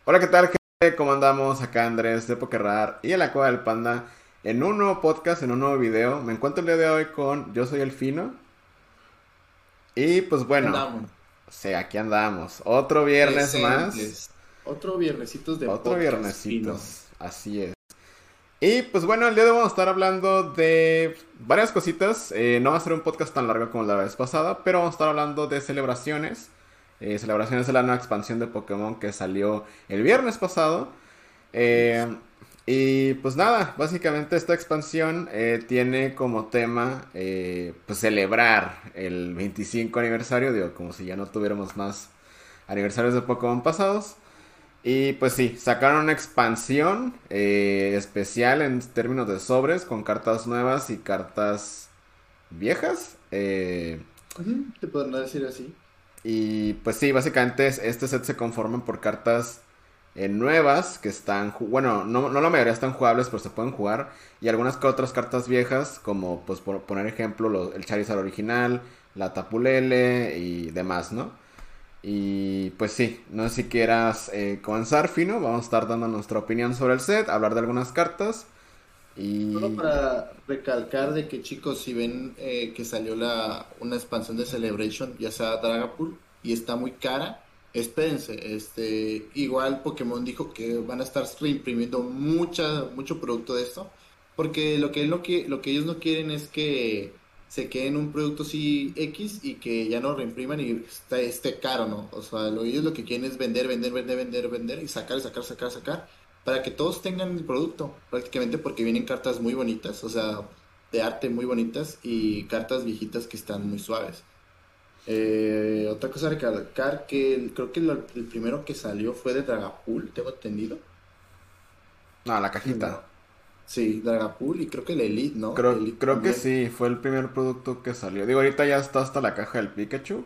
Hola, ¿qué tal, gente? ¿Cómo andamos? Acá Andrés de Pokerrar y en la Cueva del Panda en un nuevo podcast, en un nuevo video. Me encuentro el día de hoy con Yo Soy el Fino y pues bueno, Andamos, sí, aquí andamos. Otro viernes más, presentes. Otro viernesitos de otro podcast fino. viernesitos, así es. Y pues bueno, el día de hoy vamos a estar hablando de varias cositas. No va a ser un podcast tan largo como la vez pasada, pero vamos a estar hablando de celebraciones. Celebraciones de la nueva expansión de Pokémon que salió el viernes pasado. Yes. Eh, y pues nada, básicamente esta expansión tiene como tema pues celebrar el 25 aniversario, digo, como si ya no tuviéramos más aniversarios de Pokémon pasados. Y pues sí, sacaron una expansión especial en términos de sobres con cartas nuevas y cartas viejas. Ujú, te podrán decir así. Y pues sí, básicamente este set se conforma por cartas nuevas que están, bueno, no la mayoría están jugables, pero se pueden jugar. Y algunas que otras cartas viejas, como pues por poner ejemplo el Charizard original, la Tapulele y demás, ¿no? Y pues sí, no sé si quieras comenzar, Fino. Vamos a estar dando nuestra opinión sobre el set, hablar de algunas cartas. Solo Y para recalcar de que chicos, si ven que salió una expansión de Celebration, ya sea Dragapult, y está muy cara, espérense. Igual Pokémon dijo que van a estar reimprimiendo mucho producto de esto, porque lo que ellos no quieren es que se quede en un producto así X y que ya no reimpriman y esté caro, ¿no? O sea, ellos lo que quieren es vender y sacar para que todos tengan el producto, prácticamente porque vienen cartas muy bonitas, o sea, de arte muy bonitas y cartas viejitas que están muy suaves. Otra cosa a recalcar que creo que el primero que salió fue de Dragapult, tengo entendido. no, la Sí, cajita. ¿no? Sí, Dragapult y creo que el Elite, ¿no? Creo, Elite creo que también. sí, fue el primer producto que salió. Digo, ahorita ya está hasta la caja del Pikachu,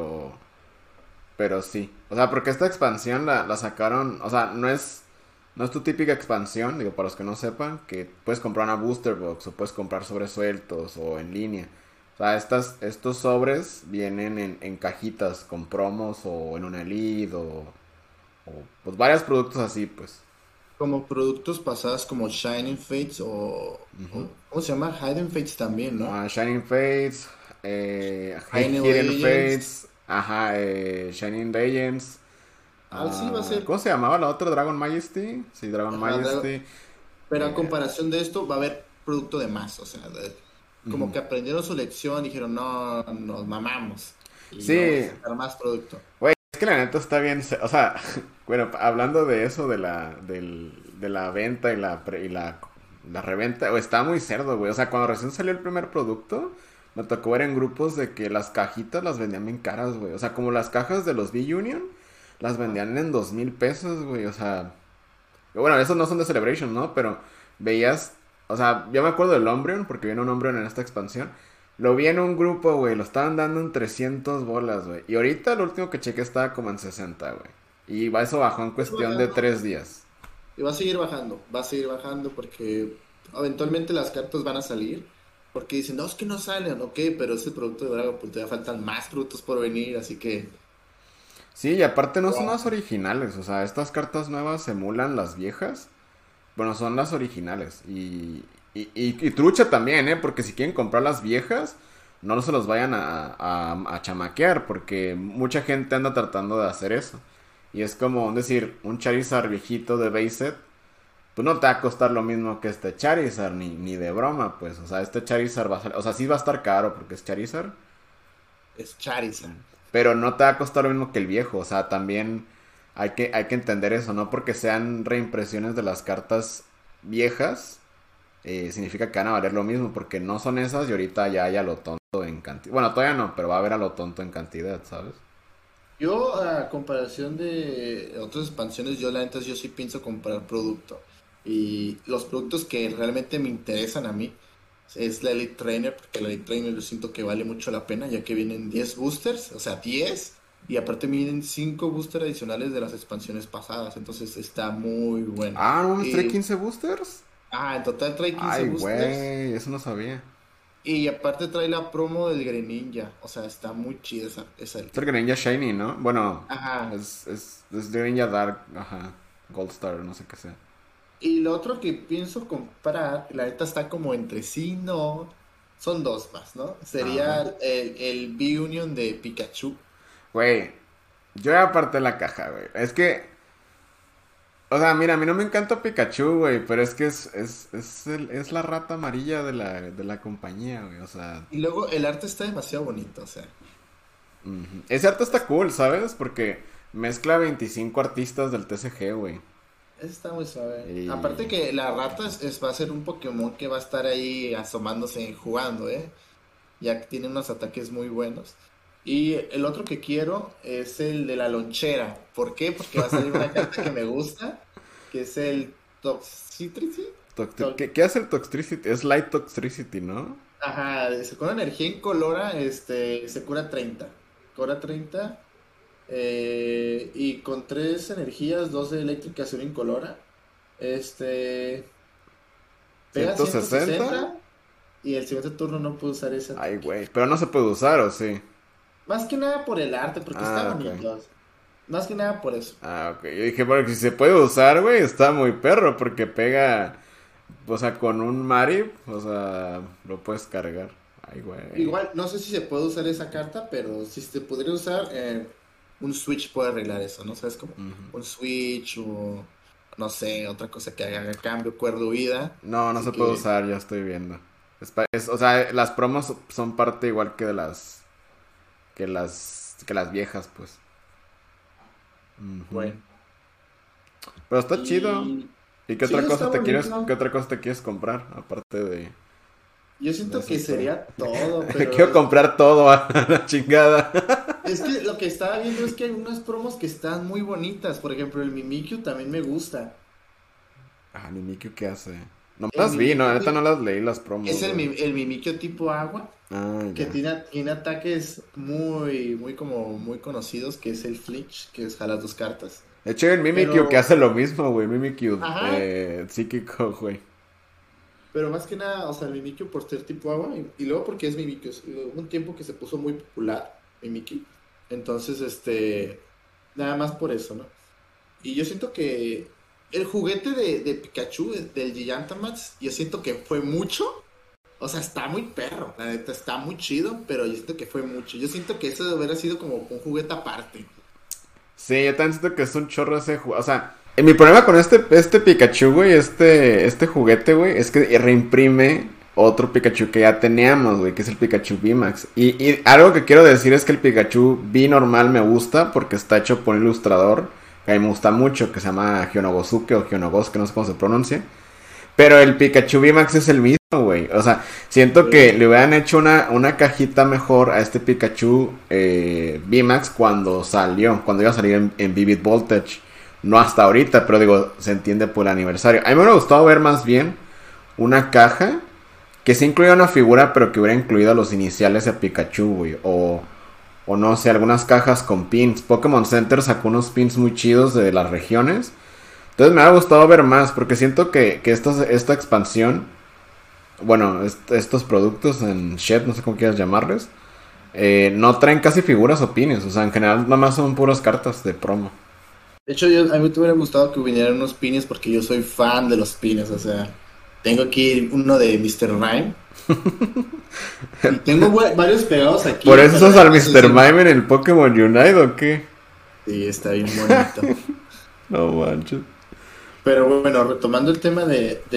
pero sí. O sea, porque esta expansión la sacaron, o sea, no es tu típica expansión, digo, para los que no sepan, que puedes comprar una booster box o puedes comprar sobres sueltos o en línea. O sea, estos sobres vienen en cajitas con promos o en una elite o pues varios productos así, pues. Como productos pasados como Shining Fates ¿cómo se llama? Hidden Fates también, ¿no? Shining Fates, Hidden Hidden Legends. Fates, ajá, Shining Legends. Sí va a ser. ¿Cómo se llamaba la otra? Dragon Majesty. Sí, Dragon Ajá, Majesty. pero a Eh, comparación de esto, va a haber producto de más, o sea, como que aprendieron su lección, dijeron, no, nos mamamos y vamos a sí, sacar más producto. güey, es que la neta está bien. O sea, bueno, hablando de eso, de la venta la reventa, güey, está muy cerdo, güey. O sea, cuando recién salió el primer producto, me tocó ver en grupos de que las cajitas las vendían bien caras, güey. O sea, como las cajas de los B-Union, las Ajá. vendían en 2000 pesos, güey. O sea, bueno, esos no son de Celebration, ¿no? Pero veías, o sea, yo me acuerdo del Umbreon, porque viene un Umbreon en esta expansión. Lo vi en un grupo, güey, lo estaban dando en 300 bolas, güey. Y ahorita lo último que chequé estaba como en 60, güey. Eso bajó en Está cuestión de bajando 3 días. y va a seguir bajando porque eventualmente las cartas van a salir, porque dicen, no, es que no salen, ok, pero ese producto de Dragon, pues todavía faltan más productos por venir, así que... Sí, y aparte no son las Wow. originales, o sea, estas cartas nuevas emulan las viejas. Bueno, son las originales. Y trucha también, ¿eh? Porque si quieren comprar las viejas, no se los vayan a chamaquear, porque mucha gente anda tratando de hacer eso. Y es como decir, un Charizard viejito de base set, pues no te va a costar lo mismo que este Charizard, ni de broma, pues. O sea, este Charizard va a o sea, sí va a estar caro porque es Charizard, Es Charizard. pero no te va a costar lo mismo que el viejo. O sea, también hay que entender eso, no porque sean reimpresiones de las cartas viejas, significa que van a valer lo mismo, porque no son esas y ahorita ya hay a lo tonto en cantidad. Bueno, todavía no, pero va a haber a lo tonto en cantidad, ¿sabes? Yo, a comparación de otras expansiones, yo la neta yo sí pienso comprar producto. Y los productos que realmente me interesan a mí es la Elite Trainer, porque la Elite Trainer yo siento que vale mucho la pena, ya que vienen 10 boosters, o sea, 10 y aparte vienen 5 boosters adicionales de las expansiones pasadas, entonces está muy buena. Ah, no mames, trae Y, 15 boosters. en total trae 15 Ay, boosters güey, eso no sabía. y aparte trae la promo del Greninja, o sea, está muy chida esa Es el Elite. Greninja Shiny, ¿no? Bueno, Ajá. es Greninja Dark, ajá. Gold Star, no sé qué sea. Y lo otro que pienso comprar, la neta está como entre sí, no. Son dos más, ¿no? Sería Ajá. el B-Union de Pikachu. Güey, yo ya aparté la caja, güey. Es que, o sea, mira, a mí no me encanta Pikachu, güey, pero es que es la rata amarilla de la compañía, güey. O sea, Y luego el arte está demasiado bonito, o sea. ujú. Ese arte está cool, ¿sabes? Porque mezcla 25 artistas del TCG, güey. Está muy suave. Aparte Y... que la rata va a ser un Pokémon que va a estar ahí asomándose jugando, ¿eh? Ya que tiene unos ataques muy buenos. Y el otro que quiero es el de la lonchera. ¿Por qué? Porque va a salir una carta que me gusta, que es el Toxicity. ¿Qué hace el Toxtricity? Es Light Toxtricity, ¿no? Ajá, se cura energía incolora, se cura 30. Cura 30 y con 3 energías, 2 de eléctricas y una incolora, este, pega 160. 160 y el siguiente turno no puede usar ese Ay, ataque. güey. Pero no se puede usar, ¿o sí? Más que nada por el arte, porque está Ah, ok. bonito. Más que nada por eso. Ah, ok. Yo dije, porque si se puede usar, güey, está muy perro, porque pega, o sea, con un Marip, o sea, lo puedes cargar. Ay, güey. Igual, no sé si se puede usar esa carta, pero si se podría usar, un Switch puede arreglar eso, ¿no? ¿Sabes cómo? Ujú. Un Switch o, no sé, otra cosa que haga cambio, cuerda huida. No, no Así se puede que, usar, ya estoy viendo. O sea, las promos son parte igual que de las viejas, pues. Ujú. bueno. Pero está chido. Y ¿Y qué sí, otra está cosa te quieres, qué bonito. otra cosa te quieres comprar? Aparte Yo de siento que esos tres. sería todo, pero Quiero comprar todo a la chingada. es que lo que estaba viendo es que hay unas promos que están muy bonitas. Por ejemplo, el Mimikyu también me gusta. Ah, ni Mikio, ¿qué hace? No El las vi, no, Mimikyu neta no las leí las promos, es güey. el Mimikyu tipo agua, Ah, que ya. tiene ataques muy conocidos, que es el Flinch, que es jalas 2 cartas. De hecho, hay un Mimikyu que Pero, hace lo mismo, güey. Mimikyu ajá, psíquico, güey. pero más que nada, o sea, el Mimikyu por ser tipo agua, y luego porque es Mimikyu, hubo un tiempo que se puso muy popular, Mimikyu. Entonces, nada más por eso, ¿no? Y yo siento que el juguete de Pikachu, del Gigantamax, yo siento que fue mucho. O sea, está muy perro, la neta, está muy chido, pero yo siento que fue mucho. Yo siento que eso hubiera sido como un juguete aparte. Sí, yo también siento que es un chorro ese juego. O sea, mi problema con este Pikachu, güey, este juguete, güey, es que reimprime otro Pikachu que ya teníamos, güey, que es el Pikachu VMAX. Y algo que quiero decir es que el Pikachu V normal me gusta porque está hecho por un ilustrador que a mí me gusta mucho, que se llama Hyonogosuke o Hyonogosuke, no sé cómo se pronuncia. Pero el Pikachu VMAX es el mismo, güey. O sea, siento que Sí. le hubieran hecho una cajita mejor a este Pikachu VMAX cuando salió, cuando iba a salir en Vivid Voltage. No hasta ahorita, pero digo, se entiende por el aniversario. A mí me hubiera gustado ver más bien una caja que sí incluía una figura, pero que hubiera incluido los iniciales de Pikachu, güey. O no sé, algunas cajas con pins. Pokémon Center sacó unos pins muy chidos de las regiones. Entonces me ha gustado ver más, porque siento que esta expansión, bueno, estos productos en Shed, no sé cómo quieras llamarles, no traen casi figuras o pines, o sea, en general nada más son puras cartas de promo. De hecho, a mí me hubiera gustado que vinieran unos pines porque yo soy fan de los pines. O sea, tengo aquí uno de Mr. Rhyme y tengo varios pegados ¿Por aquí, eso pero sos la al neta sí, Mr. Mime en el Pokémon Unite o qué? sí, está bien bonito. No manches. Pero bueno, retomando el tema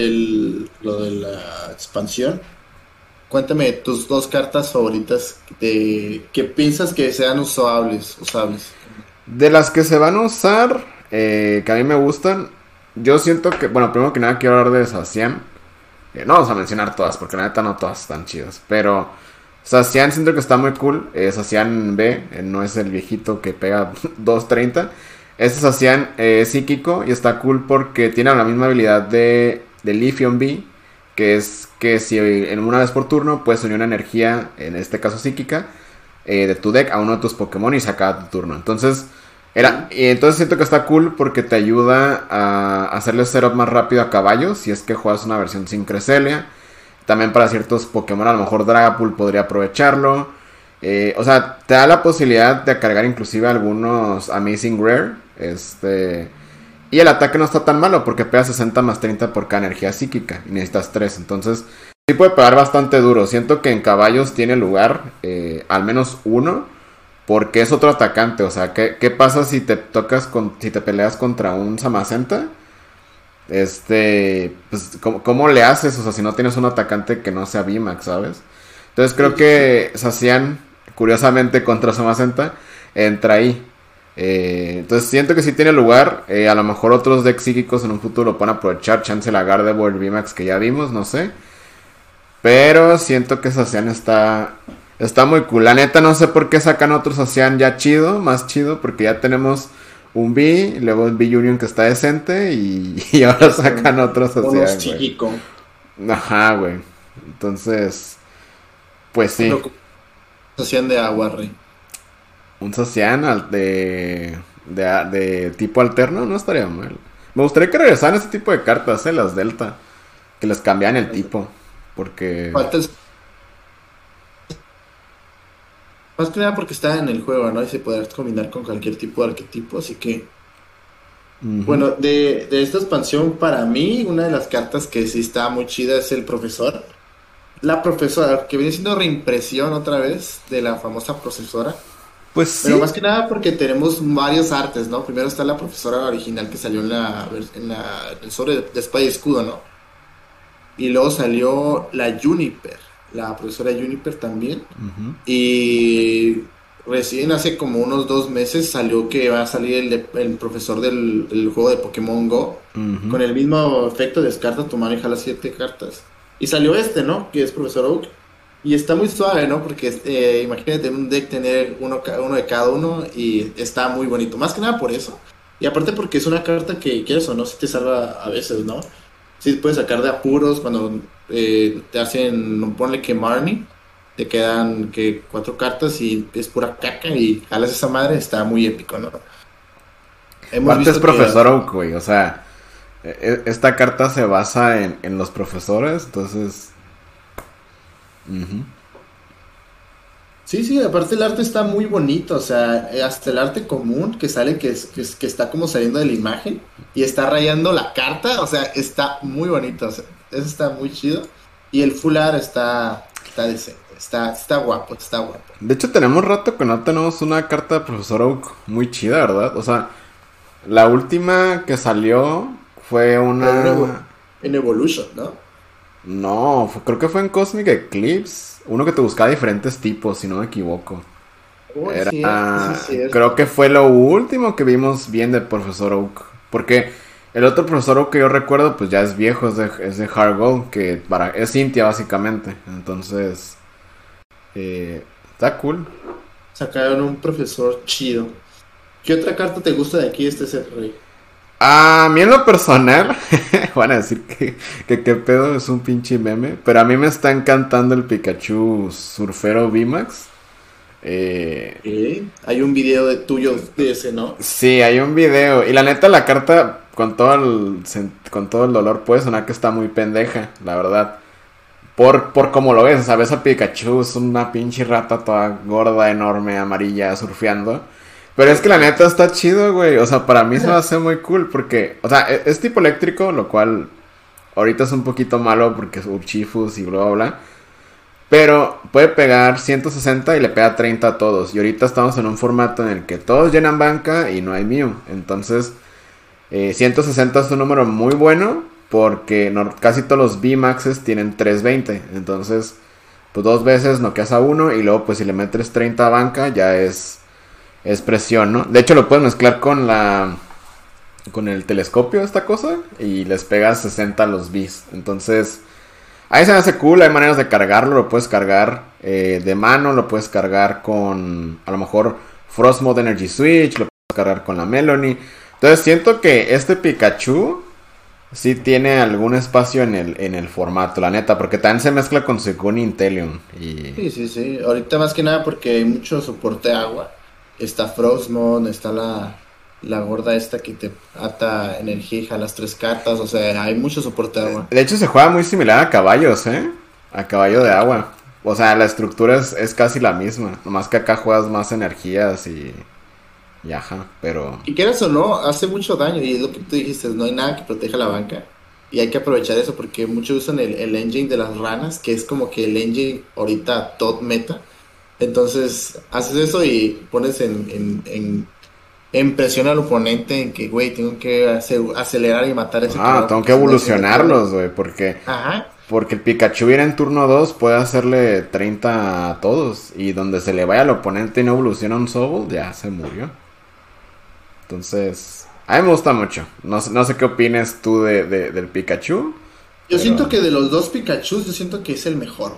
lo de la expansión. Cuéntame tus 2 cartas favoritas de que piensas que sean usables. De las que se van a usar, que a mí me gustan, yo siento que, bueno, primero que nada quiero hablar de Zacian. No vamos a mencionar todas, porque la neta no todas están chidas. Pero Zacian siento que está muy cool. Zacian B, no es el viejito que pega 230. Este Zacian es psíquico y está cool porque tiene la misma habilidad de Lithium B. Que es que si en una vez por turno puedes unir una energía, en este caso psíquica, de tu deck a uno de tus Pokémon y sacar tu turno. Entonces, Sí. y entonces siento que está cool porque te ayuda a hacerle setup más rápido a caballos si es que juegas una versión sin Cresselia. También para ciertos Pokémon, a lo mejor Dragapult podría aprovecharlo. O sea, te da la posibilidad de cargar inclusive algunos Amazing Rare. Y el ataque no está tan malo porque pega 60 más 30 por cada energía psíquica. Y necesitas 3. Entonces, sí puede pegar bastante duro. Siento que en caballos tiene lugar al menos uno. Porque es otro atacante. O sea, ¿qué pasa si te si te peleas contra un Zamazenta? Pues, ¿cómo le haces? O sea, si no tienes un atacante que no sea VMAX, ¿sabes? Entonces creo que Zacian, curiosamente contra Zamazenta, entra ahí. Entonces siento que sí tiene lugar. A lo mejor otros decks psíquicos en un futuro lo pueden aprovechar. Chance la Gardevoir VMAX que ya vimos, no sé. Pero siento que Zacian está muy cool. La neta no sé por qué sacan otro Zacian ya chido, más chido, porque ya tenemos un B, luego el B Union que está decente y ahora sacan otro Zacian, psíquico. Ajá, güey. Entonces, pues sí. Zacian de agua, rey. Un Zacian de tipo alterno no estaría mal. Me gustaría que regresaran ese tipo de cartas, las Delta. Que les cambian el tipo. Porque... Más que nada porque está en el juego, ¿no? Y se puede combinar con cualquier tipo de arquetipo, así que... Bueno, de esta expansión, para mí, una de las cartas que sí está muy chida es el profesor. La profesora, que viene siendo reimpresión otra vez de la famosa profesora. Pues sí. Pero más que nada porque tenemos varios artes, ¿no? Primero está la profesora original que salió en el sobre de espada y escudo, ¿no? Y luego salió la Juniper, la profesora Juniper también. Y recién hace como unos 2 meses salió que va a salir el profesor del juego de Pokémon Go. Con el mismo efecto, descarta tu mano y jala 7 cartas. Y salió ¿no? Que es Profesor Oak. Y está muy suave, ¿no? Porque imagínate en un deck tener uno de cada uno y está muy bonito. Más que nada por eso. Y aparte porque es una carta que quieres o no, sí te salva a veces, ¿no? Sí puedes sacar de apuros cuando te hacen, ponle que Marnie, te quedan que 4 cartas y es pura caca y jalas esa madre, está muy épico, ¿no? Aparte es Profesor Oak, güey, o sea, esta carta se basa en los profesores, entonces... Sí, aparte el arte está muy bonito, o sea, hasta el arte común que sale, que está como saliendo de la imagen y está rayando la carta, o sea, está muy bonito, o sea, eso está muy chido. Y el full art está decente, está guapo, está guapo. De hecho, tenemos rato que no tenemos una carta de Profesor Oak muy chida, ¿verdad? O sea, la última que salió fue una... En Evolution, ¿no? No, creo que fue en Cosmic Eclipse. Uno que te buscaba diferentes tipos, si no me equivoco. Creo que fue lo último que vimos bien de Profesor Oak. Porque el otro Profesor Oak que yo recuerdo, pues ya es viejo, es de Hard Gold, que es Cynthia básicamente. Entonces, está cool. Sacaron un profesor chido. ¿Qué otra carta te gusta de aquí este set, Rey? A mí en lo personal, van a decir que pedo es un pinche meme, pero a mí me está encantando el Pikachu Surfero VMAX. Hay un video tuyo de ese, ¿no? Sí, hay un video, y la neta la carta con todo el dolor puede sonar que está muy pendeja, la verdad. Por como lo ves, ¿sabes? A Pikachu es una pinche rata toda gorda, enorme, amarilla, surfeando. Pero es que la neta está chido, güey. O sea, para mí se va a hacer muy cool porque... O sea, es tipo eléctrico, lo cual ahorita es un poquito malo porque es Urchifus y bla, bla, bla. Pero puede pegar 160 y le pega 30 a todos. Y ahorita estamos en un formato en el que todos llenan banca y no hay Mew. Entonces, 160 es un número muy bueno porque casi todos los VMAXs tienen 320. Entonces, pues 2 veces noqueas a uno y luego pues si le metes 30 a banca ya es presión, ¿no? De hecho lo puedes mezclar con el telescopio esta cosa y les pegas 60 a los Bs. Entonces ahí se me hace cool, hay maneras de cargarlo, lo puedes cargar de mano, lo puedes cargar con a lo mejor Frost Mode Energy Switch, lo puedes cargar con la Melony. Entonces siento que este Pikachu sí tiene algún espacio en el formato, la neta, porque también se mezcla con Suicune y Inteleon. Sí. Ahorita más que nada porque hay mucho soporte agua. Está Frostmourne, está la gorda esta que te ata energía y jalas 3 cartas. O sea, hay mucho soporte de agua. De hecho, se juega muy similar a caballos, ¿eh? A caballo de agua. O sea, la estructura es casi la misma. Nomás que acá juegas más energías y y ajá, pero... Y quieras o no, hace mucho daño. Y es lo que tú dijiste, no hay nada que proteja la banca. Y hay que aprovechar eso porque muchos usan el engine de las ranas, que es como que el engine ahorita top meta. Entonces, haces eso y pones en presión al oponente en que, güey, tengo que acelerar y matar a ese Ah, cabrón tengo que porque si no se detiene. evolucionarlos, güey, porque... Ajá. Porque el Pikachu viene en turno 2 puede hacerle 30 a todos. Y donde se le vaya al oponente y no evoluciona un Sobble, ya se murió. Entonces, a mí me gusta mucho. No sé qué opines tú del Pikachu, Yo pero... siento que de los dos Pikachus, yo siento que es el mejor.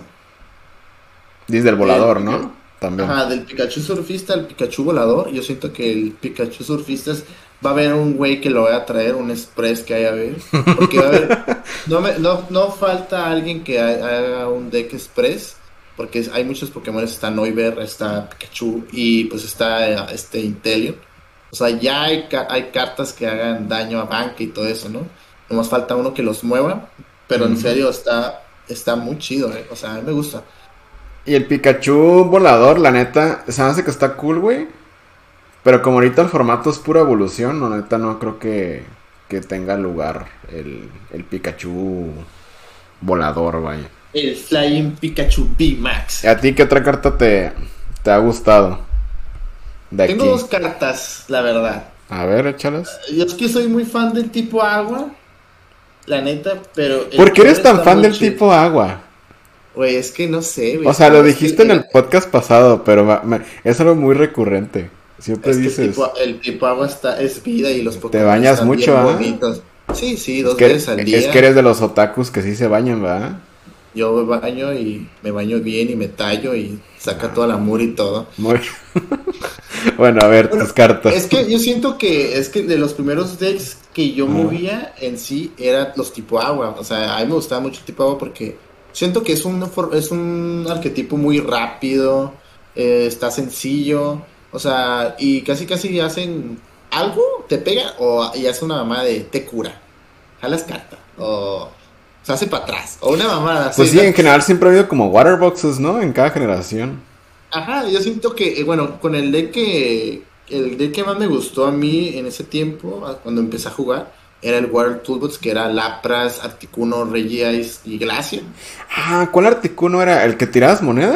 Dice el Del volador, Pika- ¿no? También. Ajá, del Pikachu surfista al Pikachu volador. Yo siento que el Pikachu surfista va a haber un güey que lo vaya a traer, un express que haya a ver. Porque va a haber. No falta alguien que haga un deck express. Porque hay muchos Pokémon. Está Noivern, está Pikachu y pues está este Inteleon. O sea, ya hay cartas que hagan daño a banca y todo eso, ¿no? Nomás falta uno que los mueva. Pero en Ujú. serio está muy chido, ¿eh? O sea, a mí me gusta. Y el Pikachu volador, la neta, se me hace que está cool, güey. Pero como ahorita el formato es pura evolución, la neta no creo que tenga lugar el Pikachu volador, vaya. El Flying Pikachu ¿Y B-Max. a ti qué otra carta te ha gustado de Tengo aquí? dos cartas, la verdad. A ver, échalas. Yo es que soy muy fan del tipo agua, la neta, pero ¿Por el qué eres Kyogre tan está fan muy del chido. tipo agua? Güey, es que no sé, güey, O sea, lo es que dijiste en el podcast pasado, pero es algo muy recurrente. Siempre dices, el tipo agua es vida y los te Pokémon bañas están mucho, bien ¿ah? bonitos. Sí, sí, Es dos veces que, al es que día. eres de los otakus que sí se bañan, ¿verdad? Yo me baño y me baño bien y me tallo y saca Ah, todo el amor y todo. muy... Bueno, a ver, Bueno, tus cartas. es que yo siento que es que de los primeros decks que yo Ajá. movía en sí eran los tipo agua. O sea, a mí me gustaba mucho el tipo agua porque siento que es un arquetipo muy rápido, está sencillo. O sea, y casi casi hacen algo, te pega y hace una mamada de te cura. Jalas carta. O se hace para atrás. O una mamada Pues así, sí, ¿no? en general siempre ha habido como waterboxes, ¿no? En cada generación. Ajá, yo siento que, bueno, con el deck que más me gustó a mí en ese tiempo, cuando empecé a jugar, era el Water Toolbox, que era Lapras, Articuno, Regice y Glacia. Ah, ¿cuál Articuno era? ¿El que tirabas moneda?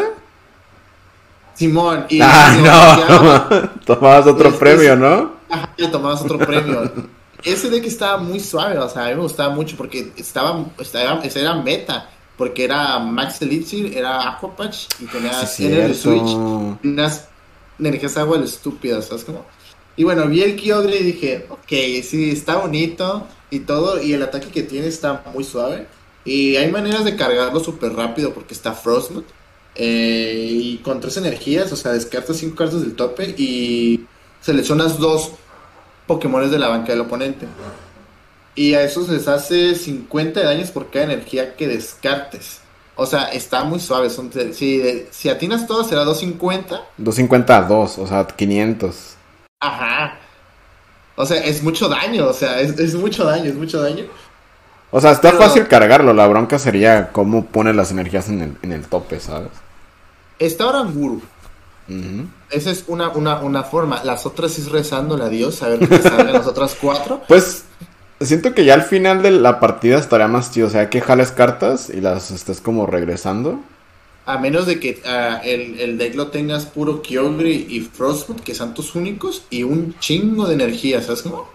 Simón, y Ah, lo hackeabas, no. Tomabas y otro premio, después, ¿no? ajá, le tomabas otro premio. Ese deck estaba muy suave, o sea, a mí me gustaba mucho porque ese era meta, porque era Max Elixir, era Aqua Patch y Ah, sí, tenías Energy Switch cierto. y unas energías agua estúpidas, ¿sabes cómo? Y bueno, vi el Kyogre y dije, ok, sí, está bonito y todo, y el ataque que tiene está muy suave. Y hay maneras de cargarlo súper rápido porque está Frostmourne. Y con tres energías, o sea, descartas cinco cartas del tope y seleccionas dos Pokémones de la banca del oponente. Y a esos les hace 50 de daños por cada energía que descartes. O sea, está muy suave. Si atinas todo será 250. 250 a 2, o sea, 500. Ajá. O sea, es mucho daño. O sea, es mucho daño, es mucho daño. O sea, está fácil Pero cargarlo. La bronca sería cómo pone las energías en el tope, ¿sabes? está Oranguru. Ujú. Esa es una forma. Las otras es rezándole a Dios a ver que te salgan las otras cuatro. Pues siento que ya al final de la partida estaría más chido. O sea, que jales cartas y las estés como regresando. A menos de que el deck lo tengas puro Kyogre y Frostmourne, que son tus únicos, y un chingo de energía, ¿sabes cómo?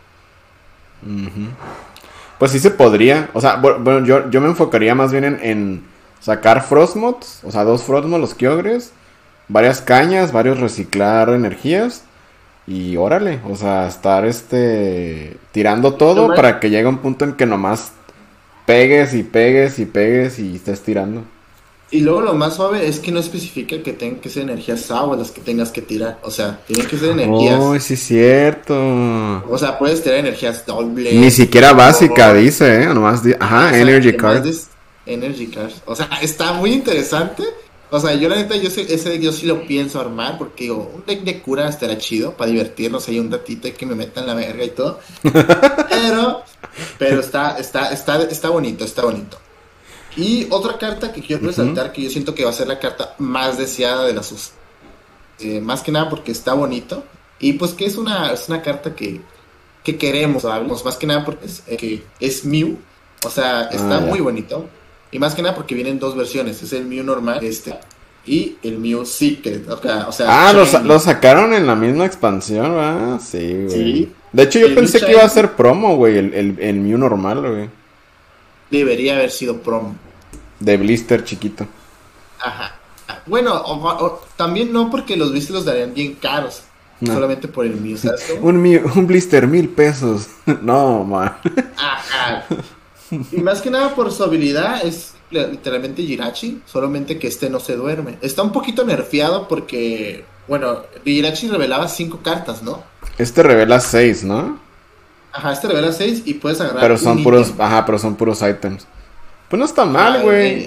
Pues sí se podría. O sea, bueno, yo me enfocaría más bien en sacar Frostmods. O sea, dos Frostmods, los Kyogres. Varias cañas, varios reciclar energías. Y órale, o sea, estar tirando Lo todo más, para que llegue un punto en que nomás pegues y pegues y pegues y estés tirando. y luego lo más suave es que no especifica que tengan que ser energías agua las que tengas que tirar. O sea, tienen que ser Oh, energías. sí es cierto. O sea, puedes tirar energías Ni doble, siquiera básica, fuego. dice, ¿eh? Nomás Ajá, ajá, o sea, Energy además Card. de Energy Cards. O sea, está muy interesante. O sea, yo la neta, ese deck yo sí lo pienso armar porque digo, un deck de cura estará chido para divertirnos ahí un ratito y que me metan la verga y todo. Pero, pero está bonito, está bonito. Y otra carta que quiero Ujú. resaltar, que yo siento que va a ser la carta más deseada de las más que nada porque está bonito. Y pues que es una carta que queremos, ¿sabes? Más que nada porque que es Mew, o sea, Ah, está muy ya. bonito. Y más que nada porque vienen dos versiones, es el Mew normal, y el Mew Secret, o sea, Ah, lo Shiny. sacaron en la misma expansión, ¿verdad? Sí, güey. Sí, De hecho, yo el Mew pensé que iba a ser Shiny promo, güey, el Mew normal, güey. debería haber sido promo. De blister chiquito. Ajá. Bueno, también no porque los viste los darían bien caros, No. solamente por el Mew, ¿sabes cómo? Un blister 1000 pesos. No, man. Ajá. Y más que nada por su habilidad es literalmente Jirachi, solamente que este no se duerme. Está un poquito nerfeado porque, bueno, Jirachi revelaba 5 cartas, ¿no? Este revela 6, ¿no? Ajá, este revela 6 y puedes Pero agarrar un son puros, ítem. ajá, pero son puros items. Pues no está mal, Ajá, güey.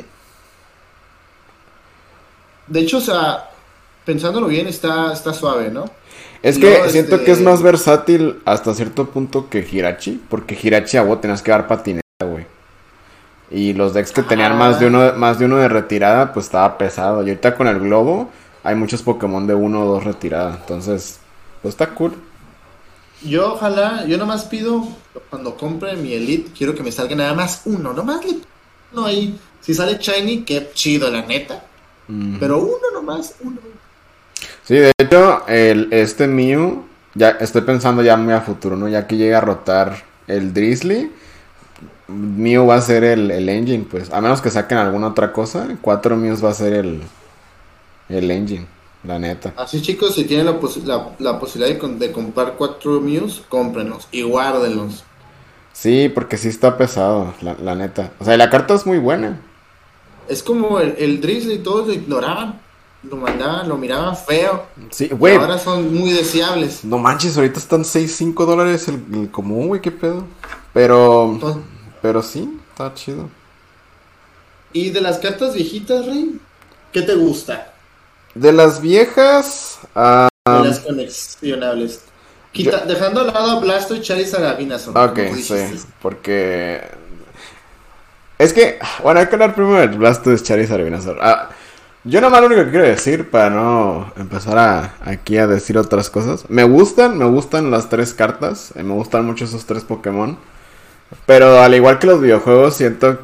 de hecho, o sea, pensándolo bien, está suave, ¿no? Es Y luego, que siento que es más versátil hasta cierto punto que Hirachi. Porque Hirachi a vos tenías que dar patineta, güey. Y los decks que tenían ajá, más de uno de retirada, pues estaba pesado. Y ahorita con el globo, hay muchos Pokémon de uno o dos retirada. Entonces, pues está cool. yo ojalá, yo nomás pido, cuando compre mi Elite, quiero que me salga nada más uno, nomás uno ahí. Si sale Shiny, qué chido, la neta. Pero uno nomás, uno. Sí, de hecho, este Mew, ya estoy pensando ya muy a futuro, ¿no? Ya que llega a rotar el Drizzly, Mew va a ser el engine, pues. A menos que saquen alguna otra cosa, 4 Mews va a ser el engine, la neta. Así chicos, si tienen la posibilidad de comprar 4 Mews, cómprenlos y guárdenlos. Sí, porque sí está pesado, la neta. O sea, la carta es muy buena. Es como el Drizzly, todos lo ignoraban, lo mandaban, lo miraban feo Sí, y güey, ahora son muy deseables. no manches, ahorita están 6 $5 el común, güey, qué pedo. Pero, Entonces, pero sí, está chido. y de las cartas viejitas, Rey, ¿qué te gusta? De las viejas, De las coleccionables. yo, Dejando al lado a Blasto y Charizard a Venusaur, ok, como tú sí, dijiste. porque es que, bueno, hay que hablar primero del Blastoise, Charizard y Venusaur. Yo nomás lo único que quiero decir, para no empezar aquí a decir otras cosas. Me gustan las tres cartas, me gustan mucho esos tres Pokémon. Pero al igual que los videojuegos, siento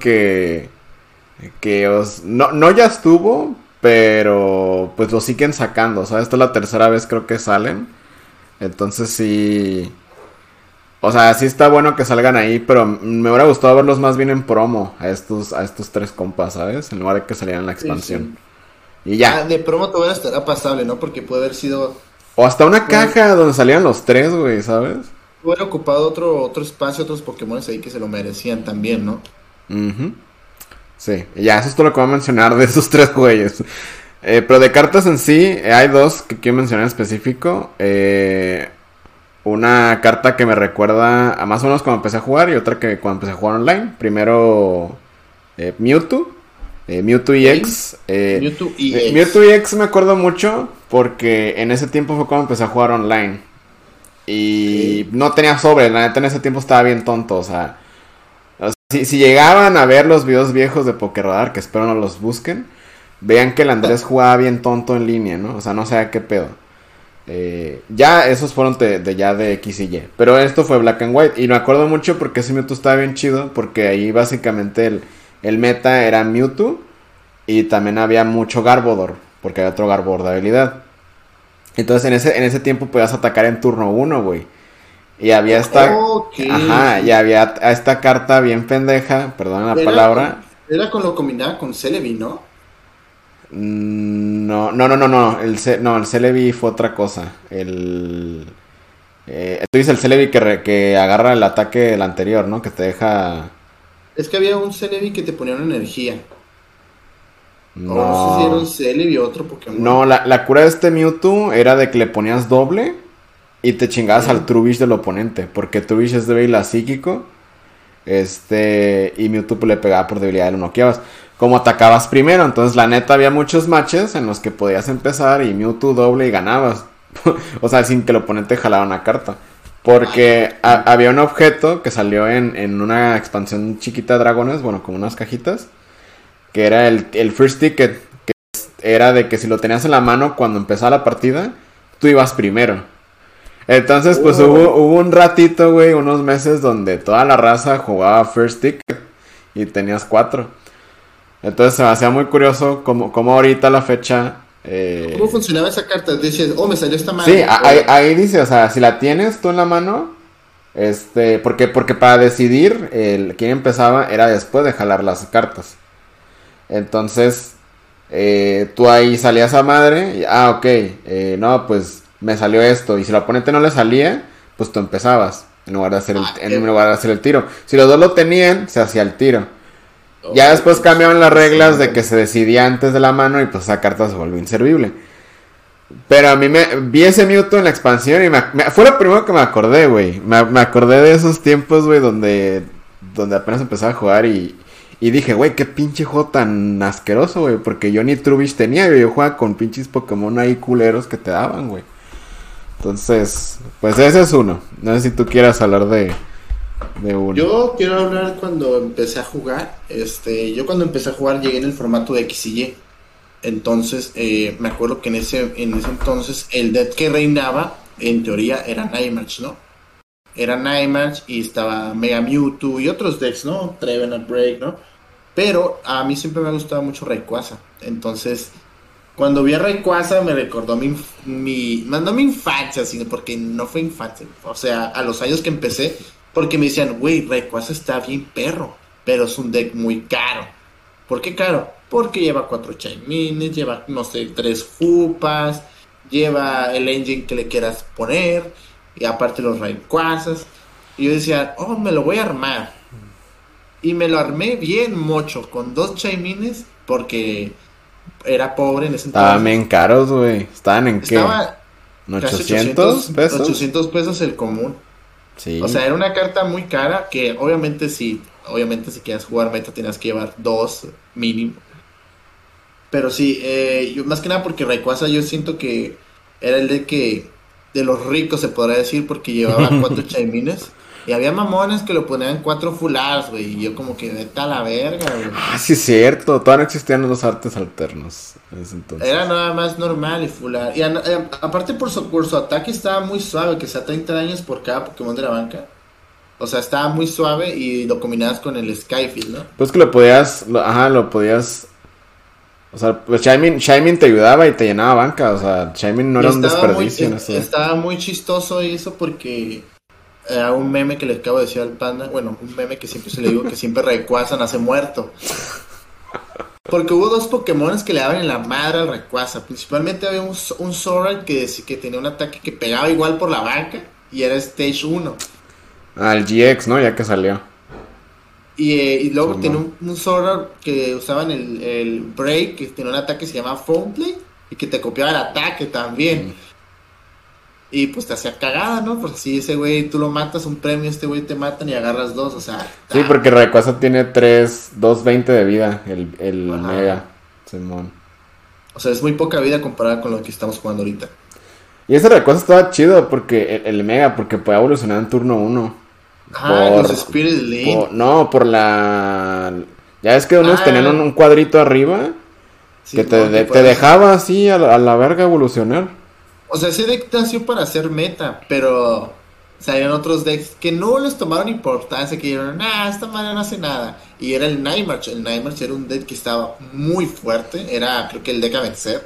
que no ya estuvo, pero pues lo siguen sacando, ¿sabes? Esta es la tercera vez creo que salen. Entonces sí. O sea, sí está bueno que salgan ahí, pero me hubiera gustado verlos más bien en promo a estos tres compas, ¿sabes? En lugar de que salieran en la Sí, expansión. sí. Y Ah, ya. de promo todavía estará pasable, ¿no? Porque puede haber sido, O hasta una puede, caja donde salían los tres, güey, ¿sabes? puede haber ocupado otro espacio, otros Pokémon ahí que se lo merecían también, ¿no? Ujú. Sí, y ya, eso es todo lo que voy a mencionar de esos tres güeyes. Pero de cartas en sí, hay dos que quiero mencionar en específico. Una carta que me recuerda a más o menos cuando empecé a jugar y otra que cuando empecé a jugar online. Primero, Mewtwo. Mewtwo Ok. EX. Mewtwo EX. Mewtwo EX me acuerdo mucho porque en ese tiempo fue cuando empecé a jugar online. Ok. Y no tenía sobre, la neta en ese tiempo estaba bien tonto, o sea, si llegaban a ver los videos viejos de Pokerradar, que espero no los busquen, vean que el Andrés jugaba bien tonto en línea, ¿no? O sea, no sé qué pedo. Ya esos fueron ya de X y Y. Pero esto fue Black and White. Y me acuerdo mucho porque ese Mewtwo estaba bien chido. Porque ahí básicamente el meta era Mewtwo. Y también había mucho Garbodor. Porque había otro Garbodor de habilidad. Entonces en ese tiempo podías atacar en turno uno, güey. Y había esta. Ok, Ajá, y sí. había esta carta bien pendeja. Perdón la Era, palabra. era con lo combinaba con Celebi, ¿no? No, no, no, no, no. No, el Celebi fue otra cosa. Tú dices el Celebi que agarra el ataque del anterior, ¿no? Que te deja. Es que había un Celebi que te ponía una energía. O no sé si era un No. Celebi o otro Pokémon. No, la cura de este Mewtwo era de que le ponías doble y te chingabas al Ok. Trubbish del oponente. Porque Trubbish es débil a psíquico. Y Mewtwo pues, le pegaba por debilidad y lo noqueabas. Como atacabas primero, entonces la neta había muchos matches en los que podías empezar y Mewtwo doble y ganabas. O sea, sin que el oponente jalara una carta. Ah, qué Porque cool. había un objeto que salió en una expansión chiquita de dragones, bueno, como unas cajitas, que era el First Ticket, era de que si lo tenías en la mano cuando empezaba la partida, tú ibas primero. Entonces, pues hubo un ratito, güey, unos meses donde toda la raza jugaba First Ticket y tenías 4. Entonces se me hacía muy curioso como ahorita la fecha. ¿Cómo funcionaba esa carta? Dices, me salió esta Sí, madre. ahí dice, o sea, si la tienes tú en la mano, porque para decidir quién empezaba era después de jalar las cartas. Entonces, tú ahí salías a madre y, ok, no, pues me salió esto. Y si el oponente no le salía, pues tú empezabas en lugar de hacer en lugar de hacer el tiro. Si los dos lo tenían, se hacía el tiro. Ya después cambiaron las reglas de que se decidía antes de la mano y pues esa carta se volvió inservible. Pero a mí vi ese Mewtwo en la expansión y fue lo primero que me acordé, güey. Me acordé de esos tiempos, güey, donde apenas empezaba a jugar y dije, güey, qué pinche juego tan asqueroso, güey. Porque yo ni Trubbish tenía, güey. Yo jugaba con pinches Pokémon ahí culeros que te daban, güey. Entonces, pues ese es uno. No sé si tú quieras hablar de uno. Yo quiero hablar cuando empecé a jugar. Yo cuando empecé a jugar llegué en el formato de X y Y. Entonces, me acuerdo que en ese entonces el deck que reinaba, en teoría, era Nightmare, ¿no? Era Nightmare y estaba Mega Mewtwo y otros decks, ¿no? Trevenant Break, ¿no? Pero a mí siempre me ha gustado mucho Rayquaza. Entonces, cuando vi a Rayquaza me recordó no mi infancia, sino porque no fue infancia. O sea, a los años que empecé, porque me decían, güey, Rayquaza está bien perro, pero es un deck muy caro. ¿Por qué caro? Porque lleva 4 Chaimines, lleva, no sé, 3 Fupas, lleva el engine que le quieras poner, y aparte los Rayquazas. Y yo decía, me lo voy a armar. Y me lo armé bien mocho, con 2 Chaimines, porque era pobre en ese entonces. Estaban bien caros, güey. ¿Estaban en qué? ¿En 800 pesos? 800 pesos el común. Sí. O sea, era una carta muy cara que obviamente si quieres jugar meta tienes que llevar 2 mínimo. Pero sí, yo más que nada porque Rayquaza yo siento que era el de los ricos se podría decir porque llevaba 4 chaimines. Y había mamones que lo ponían 4 full arts, güey. Y yo como que vete a la verga, güey. Sí es cierto, todavía no existían los artes alternos en ese entonces. Era nada más normal y full art. Y aparte por su ataque estaba muy suave, que sea 30 daños por cada Pokémon de la banca. O sea, estaba muy suave y lo combinabas con el Skyfield, ¿no? Pues que lo podías. O sea, pues Shaymin te ayudaba y te llenaba banca. O sea, Shaymin no era un desperdicio. Estaba muy chistoso eso porque era un meme que le acabo de decir al panda. Bueno, un meme que siempre se le digo que siempre Rayquaza nace muerto. Porque hubo 2 Pokémon que le daban en la madre al Rayquaza. Principalmente había un Zoroark que tenía un ataque que pegaba igual por la banca y era Stage 1. El GX, ¿no? Ya que salió. Y luego tiene un Zoroark que usaban el Break, que tiene un ataque que se llama Founplay y que te copiaba el ataque también. Y pues te hacía cagada, ¿no? Porque si ese güey tú lo matas, un premio, este güey te matan y agarras 2, o sea. Sí, porque Rayquaza tiene 220 de vida, el Mega, Simón. O sea, es muy poca vida comparada con lo que estamos jugando ahorita. Y ese Rayquaza estaba chido porque el Mega, porque puede evolucionar en turno 1. Los Spirit Link. Por la... Ya es que unos tenían un cuadrito arriba sí, que te dejaba así a la verga evolucionar. O sea, ese deck nació para hacer meta, pero salieron otros decks que no les tomaron importancia, que dijeron, esta madre no hace nada. Y era el Nightmare. El Nightmare era un deck que estaba muy fuerte, era creo que el deck a vencer.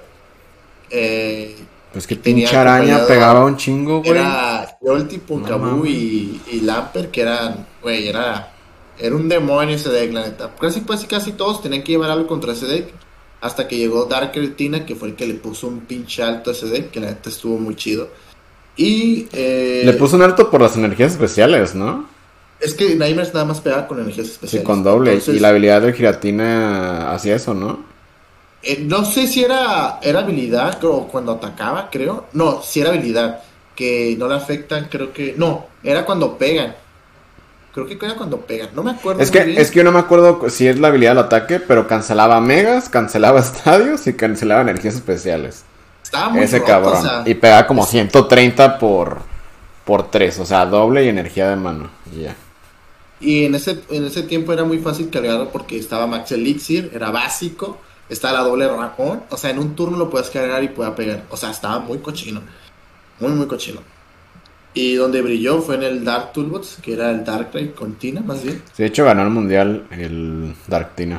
Pues que pinche araña pegaba un chingo, güey. Era Jolty, Punkaboo y Lamper, que eran, güey, era un demonio ese deck, la neta. Casi todos tenían que llevar algo contra ese deck. Hasta que llegó Darker Tina, que fue el que le puso un pinche alto a ese deck, que la neta estuvo muy chido. Y le puso un alto por las energías especiales, ¿no? Es que Nightmares nada más pegaba con energías especiales. Sí, con doble. Entonces, y la habilidad de Giratina hacía eso, ¿no? No sé si era habilidad o cuando atacaba, creo. No, si era habilidad. Que no le afectan, creo que... No, era cuando pegan. Creo que era cuando pegan. No me acuerdo es que yo no me acuerdo si es la habilidad del ataque, pero cancelaba megas, cancelaba estadios y cancelaba energías especiales. Estaba muy ese roto, cabrón. O sea, y pegaba como 130 por 3. O sea, doble y energía de mano. Y ya. Y en ese tiempo era muy fácil cargarlo porque estaba Max Elixir, era básico. Estaba la doble Rajón. O sea, en un turno lo puedes cargar y pueda pegar. O sea, estaba muy cochino. Muy, muy cochino. Y donde brilló fue en el Dark Toolbox, que era el Darkrai con Tina, más bien. Sí, de hecho ganó el mundial el Darktina.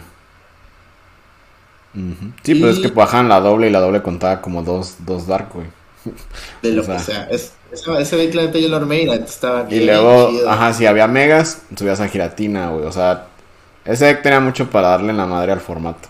Ujú. Sí, pues es que Y bajaban la doble y la doble contaba como dos Dark, güey. de O lo, o sea, sea, ese deck la neta yo lo armé y la neta estaba y bien luego, chido. ajá, si había megas, subías a Giratina, güey. O sea, ese deck tenía mucho para darle en la madre al formato.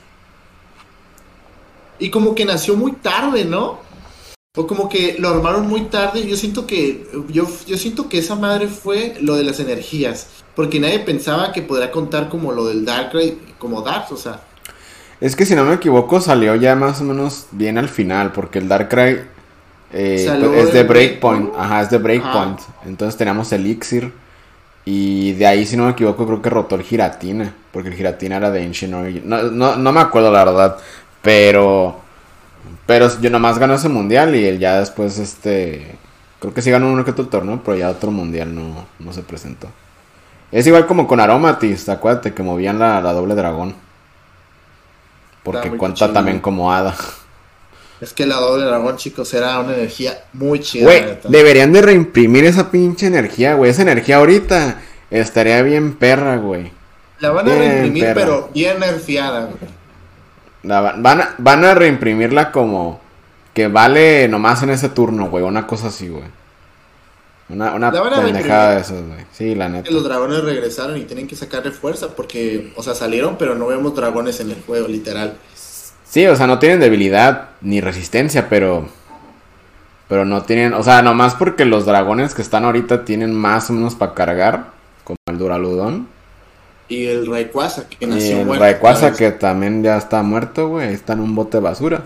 Y como que nació muy tarde, ¿no? O como que lo armaron muy tarde. Yo siento que esa madre fue lo de las energías. Porque nadie pensaba que podría contar como lo del Darkrai, como Darks, o sea. Es que si no me equivoco, salió ya más o menos bien al final, porque el Darkrai pues Salió es de el Breakpoint, Breakpoint. ajá, es de Breakpoint. Ajá. Entonces teníamos Elixir. Y de ahí, si no me equivoco, creo que rotó el Giratina. Porque el Giratina era de Ancient Origin. No me acuerdo la verdad. Pero. Pero yo nomás ganó ese mundial y él ya después, creo que sí ganó uno que otro torneo, pero ya otro mundial no se presentó. Es igual como con Aromatisse, acuérdate que movían la doble dragón. Estaba Porque muy cuenta también cochino. como hada. Es que la doble dragón, chicos, era una energía muy chida, la Güey, neta. deberían de reimprimir esa pinche energía, güey. Esa energía ahorita estaría bien perra, güey. La van a Bien reimprimir, perra. pero bien nerfeada, güey. Van a reimprimirla como que vale nomás en ese turno, güey. Una cosa así, güey. Una La van a pendejada reimprimir. de esas, güey. Sí, la Que neta. los dragones regresaron y tienen que sacarle fuerza porque, o sea, salieron, pero no vemos dragones en el juego, literal. Sí, o sea, no tienen debilidad ni resistencia, pero no tienen, o sea, nomás porque los dragones que están ahorita tienen más o menos para cargar, como el Duraludon. Y el Rayquaza, que Y nació el muerto otra Rayquaza vez. que también ya está muerto, güey, está en un bote de basura.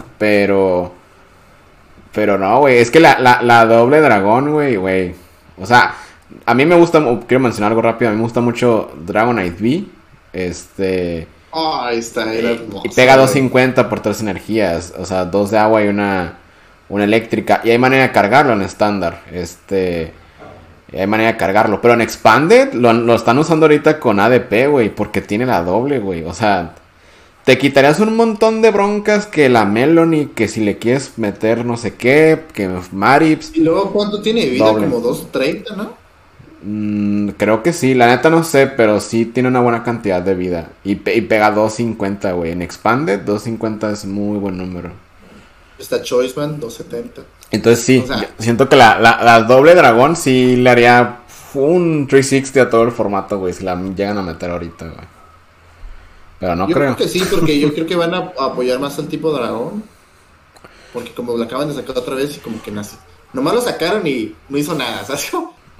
Pero no, güey, es que la doble dragón, güey. O sea, a mí me gusta, quiero mencionar algo rápido, a mí me gusta mucho Dragonite V. Este... Ah, esta era Y pega hermosa, güey. 250 por tres energías. O sea, dos de agua y una eléctrica. Y hay manera de cargarlo en estándar. Y hay manera de cargarlo. Pero en Expanded lo están usando ahorita con ADP, güey. Porque tiene la doble, güey. O sea, te quitarías un montón de broncas que la Melony. Que si le quieres meter no sé qué. Que Marips. Y luego, ¿cuánto tiene de vida? Doble. Como 230, ¿no? Creo que sí, la neta no sé, pero sí tiene una buena cantidad de vida. Y pega 250, güey. En Expanded, 250 es muy buen número. Está Choiceman, 270. Entonces O sí, yo sea, siento que la doble dragón sí le haría un 360 a todo el formato, güey. Si la llegan a meter ahorita, güey. Pero no yo creo creo. que sí, porque yo creo que van a apoyar más al tipo dragón. Porque como lo acaban de sacar otra vez y como que nace. Nomás lo sacaron y no hizo nada, ¿sabes?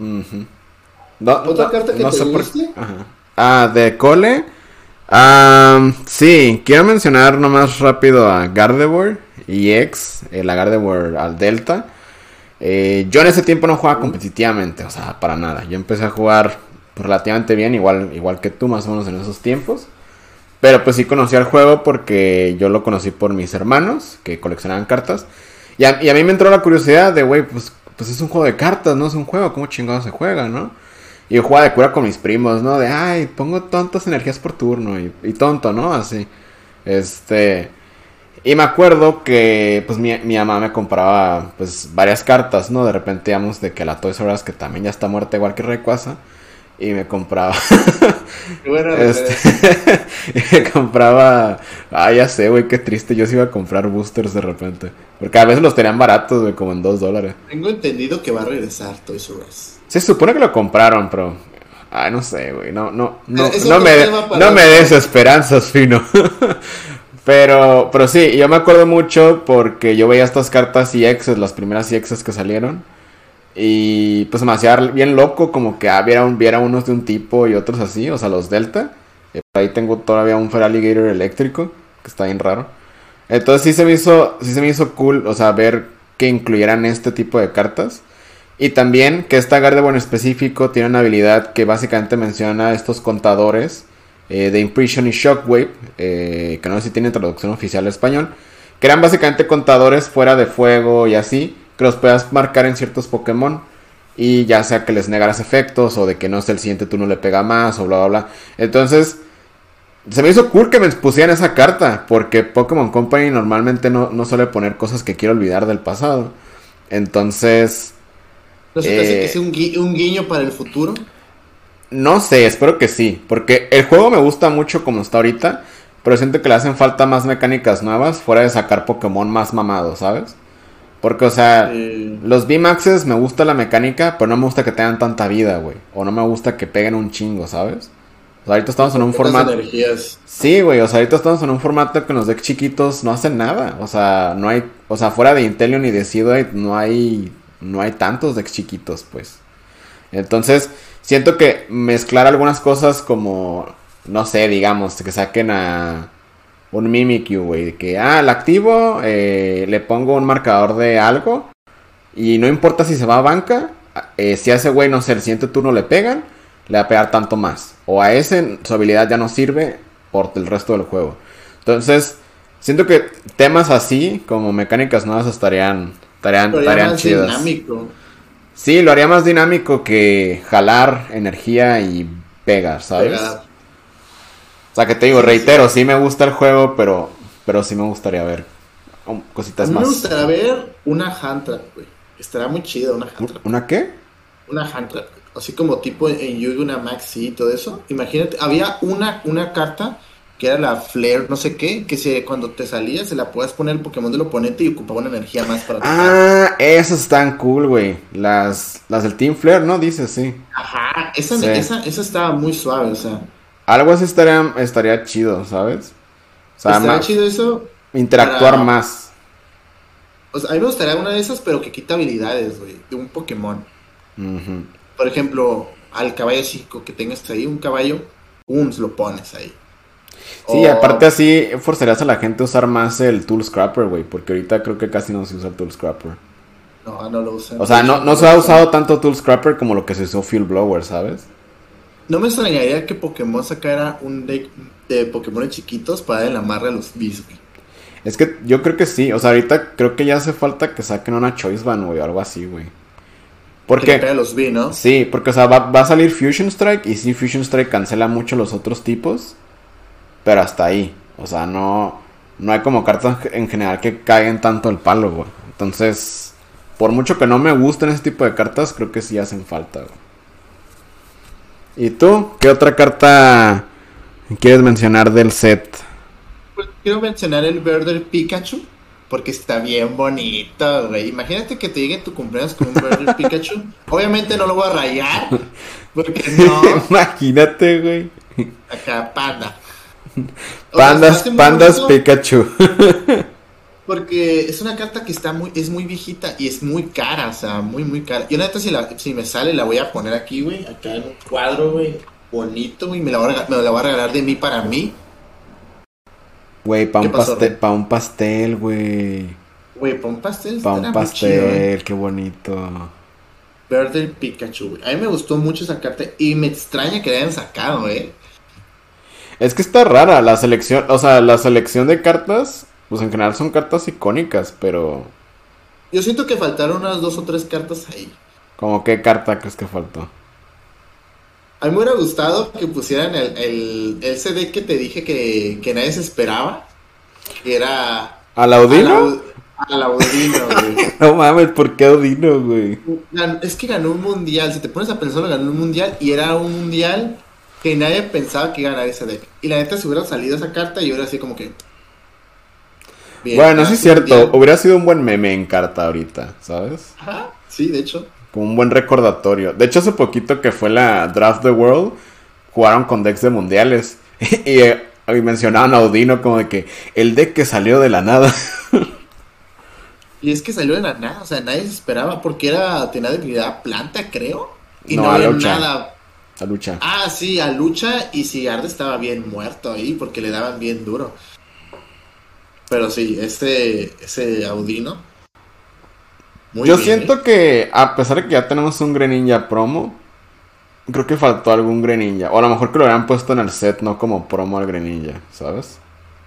¿Otra carta que No te sé por qué. guste? Ajá. Ah, de Cole. Sí, quiero mencionar nomás rápido a Gardevoir y X, la Gardevoir al Delta. Yo en ese tiempo no jugaba competitivamente, o sea, para nada. Yo empecé a jugar relativamente bien, igual que tú, más o menos en esos tiempos. Pero pues sí conocí al juego porque yo lo conocí por mis hermanos que coleccionaban cartas. Y a mí me entró la curiosidad de, güey, pues es un juego de cartas, no es un juego, ¿cómo chingado se juega, no? Y yo jugaba de cura con mis primos, ¿no? De, ay, pongo tantas energías por turno y tonto, ¿no? Así. Este... Y me acuerdo que, pues, mi mamá me compraba, pues, varias cartas, ¿no? De repente íbamos de que la Toys R Us, que también ya está muerta igual que Rayquaza, y me compraba... Qué buena este... referencia. y me compraba... Ah, ya sé, güey, qué triste. Yo sí iba a comprar boosters de repente. Porque a veces los tenían baratos, güey, como en $2. Tengo entendido que va a regresar Toys R Us. Se supone que lo compraron, pero... Ay, no sé, güey. Es No otro me, tema para no me otro. des esperanzas, fino. Pero sí, yo me acuerdo mucho porque yo veía estas cartas EXs, las primeras EXs que salieron. Y pues me hacía bien loco, como que viera unos de un tipo y otros así, o sea, los Delta. Por ahí tengo todavía un Feraligatr eléctrico, que está bien raro. Entonces sí se me hizo cool, o sea, ver que incluyeran este tipo de cartas. Y también que esta Gardevoir en específico tiene una habilidad que básicamente menciona estos contadores de Impression y Shockwave, que no sé si tiene traducción oficial al español, que eran básicamente contadores fuera de fuego y así, que los puedas marcar en ciertos Pokémon. Y ya sea que les negaras efectos o de que no sé, el siguiente turno le pega más o bla bla bla. Entonces, se me hizo cool que me pusieran esa carta, porque Pokémon Company normalmente no suele poner cosas que quiero olvidar del pasado. Entonces, ¿No se te hace que sea un guiño para el futuro? No sé, espero que sí. Porque el juego me gusta mucho como está ahorita. Pero siento que le hacen falta más mecánicas nuevas. Fuera de sacar Pokémon más mamados, ¿sabes? Porque, o sea, los VMAXs me gusta la mecánica. Pero no me gusta que tengan tanta vida, güey. O no me gusta que peguen un chingo, ¿sabes? O sea, ahorita estamos en un Pocas formato. energías. Sí, güey, o sea, ahorita estamos en un formato que los decks chiquitos no hacen nada. O sea, no hay. O sea, fuera de Inteleon y de Seedoid no hay. No hay tantos decks chiquitos, pues. Entonces, siento que mezclar algunas cosas como, no sé, digamos, que saquen a un Mimikyu, güey, que, la activo, le pongo un marcador de algo y no importa si se va a banca, si a ese güey, no sé, el siguiente turno le pegan, le va a pegar tanto más. O a ese su habilidad ya no sirve por el resto del juego. Entonces, siento que temas así, como mecánicas nuevas, Pero estarían más chidas. dinámico. Sí, lo haría más dinámico que jalar energía y pegar, ¿sabes? Pegar. O sea, que te digo, Sí, reitero, sí. sí me gusta el juego, pero sí me gustaría ver A cositas mí me más. gustaría ver una hand trap, güey. Estará muy chida una hand trap. ¿Una qué? Una hand trap. Así como tipo en Yu-Gi-Oh! Una Maxi y todo eso. Imagínate, había una carta que era la Flare, no sé qué, que cuando te salía se la podías poner el Pokémon del oponente y ocupaba una energía más para atacar. Ah, esas están cool, güey. Las del Team Flare, ¿no? Dices, sí. Ajá, Sí. esa estaba muy suave, o sea, Algo así estaría chido, ¿sabes? O sea, estará chido eso interactuar para, más. o sea, a mí me gustaría una de esas, pero que quita habilidades, güey, de un Pokémon. Ujú. Por ejemplo, al caballo chico que tengas ahí, un caballo, ¡pum! Se lo pones ahí. Sí, aparte O, así forzarías a la gente a usar más el Tool Scrapper, güey. Porque ahorita creo que casi no se usa el Tool Scrapper. no, no lo O usan, de sea, hecho, no no se lo ha usan. usado tanto Tool Scrapper como lo que se usó Fuel Blower, ¿sabes? No me extrañaría que Pokémon sacara un deck de Pokémon chiquitos para darle la amarre a los Bees, güey. Es que yo creo que sí. O sea, ahorita creo que ya hace falta que saquen una Choice Band, güey, o algo así, güey. Que le pega Porque, a los Bee, ¿no? sí, porque, o sea, va a salir Fusion Strike. Y sí, Fusion Strike cancela mucho los otros tipos. Pero hasta ahí. O sea, no hay como cartas en general que caigan tanto el palo, güey. Entonces, por mucho que no me gusten ese tipo de cartas, creo que sí hacen falta, güey. ¿Y tú? ¿Qué otra carta quieres mencionar del set? Pues quiero mencionar el verde Pikachu, porque está bien bonito, güey. Imagínate que te llegue tu cumpleaños con un verde Pikachu. Obviamente no lo voy a rayar, porque no, Imagínate, güey. acá panda. O sea, se me Pandas, hace muy pandas bonito Pikachu. porque es una carta que es muy viejita y es muy cara, o sea, muy, muy cara. Yo neta, si me sale, la voy a poner aquí, güey, acá en un cuadro, güey, bonito, güey, me la voy a regalar de mí para mí. Güey, ¿Qué pasó, Ren? pa un pastel, güey. Güey, para un pastel Pa un estará muy chido, ¿eh? pastel, qué bonito. Verde Pikachu, güey. A mí me gustó mucho esa carta y me extraña que la hayan sacado, ¿eh? Es que está rara la selección, o sea, la selección de cartas, pues en general son cartas icónicas, pero Yo siento que faltaron unas dos o tres cartas ahí. como qué carta crees que faltó. A mí me hubiera gustado que pusieran el CD que te dije que nadie se esperaba, que era ¿Alaudino? Alaudino, güey. No mames, ¿por qué Odino, güey? Es que ganó un mundial, si te pones a pensarlo, ganó un mundial y era un mundial que nadie pensaba que iba a ganar ese deck. Y la neta, si hubiera salido esa carta, yo hubiera así como que, bien, Bueno, sí es ganaste un cierto, mundial. hubiera sido un buen meme en carta ahorita, ¿sabes? Ajá, sí, de hecho. Como un buen recordatorio. De hecho, hace poquito que fue la Draft the World, jugaron con decks de mundiales. Y mencionaban a Odino como de que el deck que salió de la nada. Y es que salió de la nada, o sea, nadie se esperaba porque tenía debilidad planta, creo. Y No, no a había lucha. nada. A lucha. Ah, sí, a lucha y Sigarde estaba bien muerto ahí porque le daban bien duro. Pero sí, ese Audino, muy Yo bien, ¿eh? siento que, a pesar de que ya tenemos un Greninja promo, creo que faltó algún Greninja. O a lo mejor que lo hubieran puesto en el set, no como promo al Greninja, ¿sabes?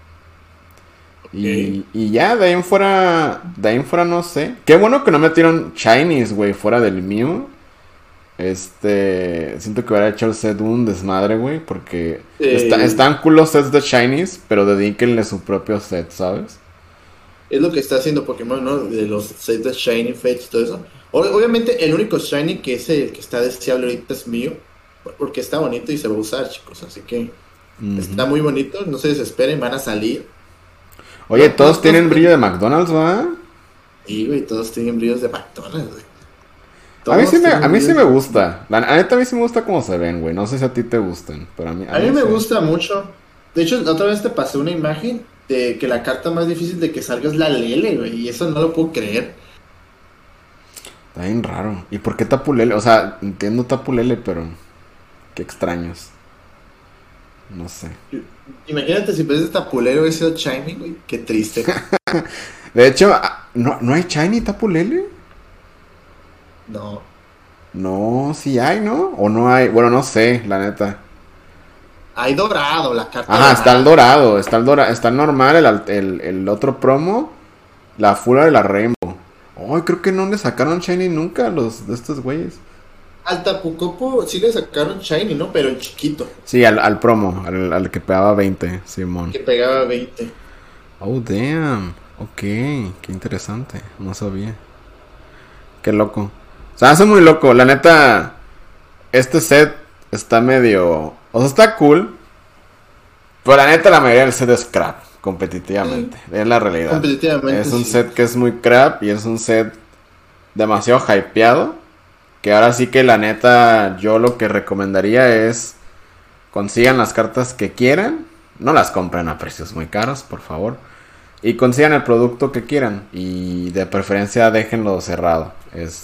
Ok. Y ya, de ahí en fuera no sé. Qué bueno que no metieron Chinese, güey, fuera del Mew. Siento que hubiera hecho el set un desmadre, güey, porque Eh, están cool los sets de Chinese, pero dedíquenle su propio set, ¿sabes? es lo que está haciendo Pokémon, ¿no? De los sets de Shiny Fates y todo eso. Obviamente el único shiny que es el que está deseable ahorita es mío, porque está bonito y se va a usar, chicos, así que Ujú. está muy bonito, no se desesperen, van a salir. Oye, No, todos tienen brillo de McDonald's, ¿va? y güey, todos tienen brillos de McDonald's, güey. A mí sí Todos a tienen mí sí brillos me de McDonald's. gusta. La neta a mí sí me gusta cómo se ven, güey. No sé si a ti te gustan, pero a A mí mí me sí. gusta mucho. De hecho, la otra vez te pasé una imagen de que la carta más difícil de que salga es la Lele, güey, y eso no lo puedo creer. Está bien raro. ¿Y por qué Tapulele? O sea, entiendo Tapulele, pero qué extraños. No sé. Imagínate si en vez de Tapulero hubiese sido Shiny, güey, qué triste. De hecho, ¿no hay Shiny Tapulele? No. No, sí hay, ¿no? O no hay. Bueno, no sé, la neta. Hay dorado, la carta Ajá, está el dorada. dorado, está el normal, el otro promo, la Fura de la Rainbow. Ay, creo que no le sacaron Shiny nunca a los de estos güeyes. Al Tapu Koko sí le sacaron Shiny, ¿no? Pero en chiquito, Sí, al promo, al que pegaba 20, Simón. que pegaba 20. Oh, damn. Ok, qué interesante. No sabía. Qué loco. Se hace muy loco. La neta, este set está medio... O sea, está cool. Pero la neta, la mayoría del set es crap. Competitivamente. Es la realidad. Competitivamente Es un sí. set que es muy crap y es un set demasiado hypeado. Que ahora sí que la neta, yo lo que recomendaría es consigan las cartas que quieran. No las compren a precios muy caros, por favor. Y consigan el producto que quieran. Y de preferencia déjenlo cerrado.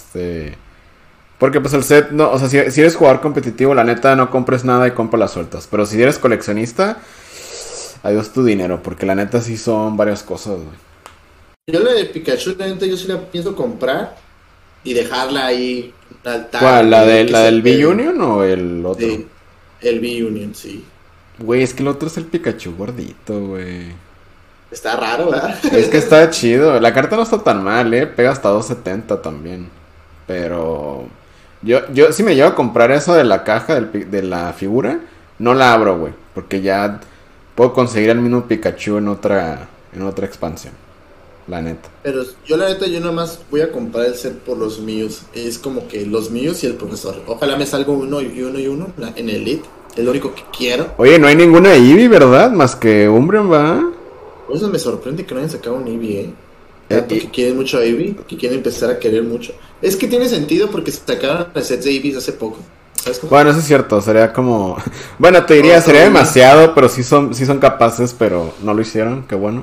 Porque pues el set, no, o sea, si eres jugador competitivo, la neta no compres nada y compra las sueltas. Pero si eres coleccionista, adiós tu dinero. Porque la neta sí son varias cosas, güey. Yo la de Pikachu, la neta, yo sí la pienso comprar y dejarla ahí en un altar, ¿Cuál? güey, que La se del quede. B-Union o el otro? Sí, el B-Union, sí. Güey, es que el otro es el Pikachu gordito, güey. Está raro, ¿verdad? Es que está chido. La carta no está tan mal, pega hasta 270 también. Pero yo si me llevo a comprar eso de la caja de la figura, no la abro, güey. Porque ya puedo conseguir el mismo Pikachu en otra expansión. La neta. Pero yo la neta, yo nomás voy a comprar el set por los míos. Es como que los míos y el profesor. Ojalá me salga uno y uno y uno en Elite. Es lo único que quiero. Oye, no hay ninguna Eevee, ¿verdad? Más que Umbreon, ¿va? Por eso me sorprende que no hayan sacado un Eevee, ¿eh? Eh, Tanto que y- quieren mucho a Eevee, que quieren empezar a querer mucho. Es que tiene sentido porque sacaron el set de Eevees hace poco. ¿Sabes cómo? bueno, eso es cierto. Sería como... bueno, te diría, Otro sería uno. demasiado, pero sí son capaces, pero no lo hicieron. Qué bueno.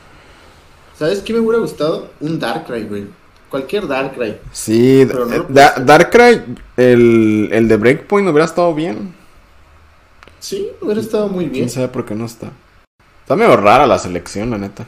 ¿Sabes qué me hubiera gustado? Un Darkrai, güey. Cualquier Darkrai. Sí, Pero no lo pusieron. Darkrai, el de Breakpoint hubiera estado bien. Sí, hubiera estado muy Quién bien. sabe por qué no está. Está medio rara la selección, la neta.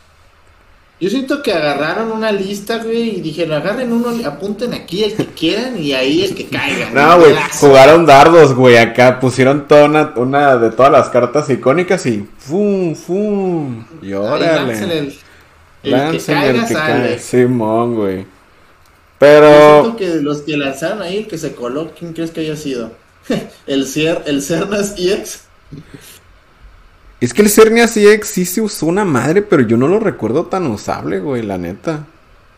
Yo siento que agarraron una lista, güey, y dijeron, agarren uno, apunten aquí el que quieran y ahí el que caiga, un No, güey, dedazo. jugaron dardos, güey, acá pusieron toda una de todas las cartas icónicas y ¡fum, fum! Y Ahí lancen órale, el que lancen el caiga que cae, sale. Simón, güey. Yo Pero siento que los que lanzaron ahí, el que se coló, ¿quién crees que haya sido? El Cernas EX. es que el Cernia CX sí se usó una madre, pero yo no lo recuerdo tan usable, güey, la neta.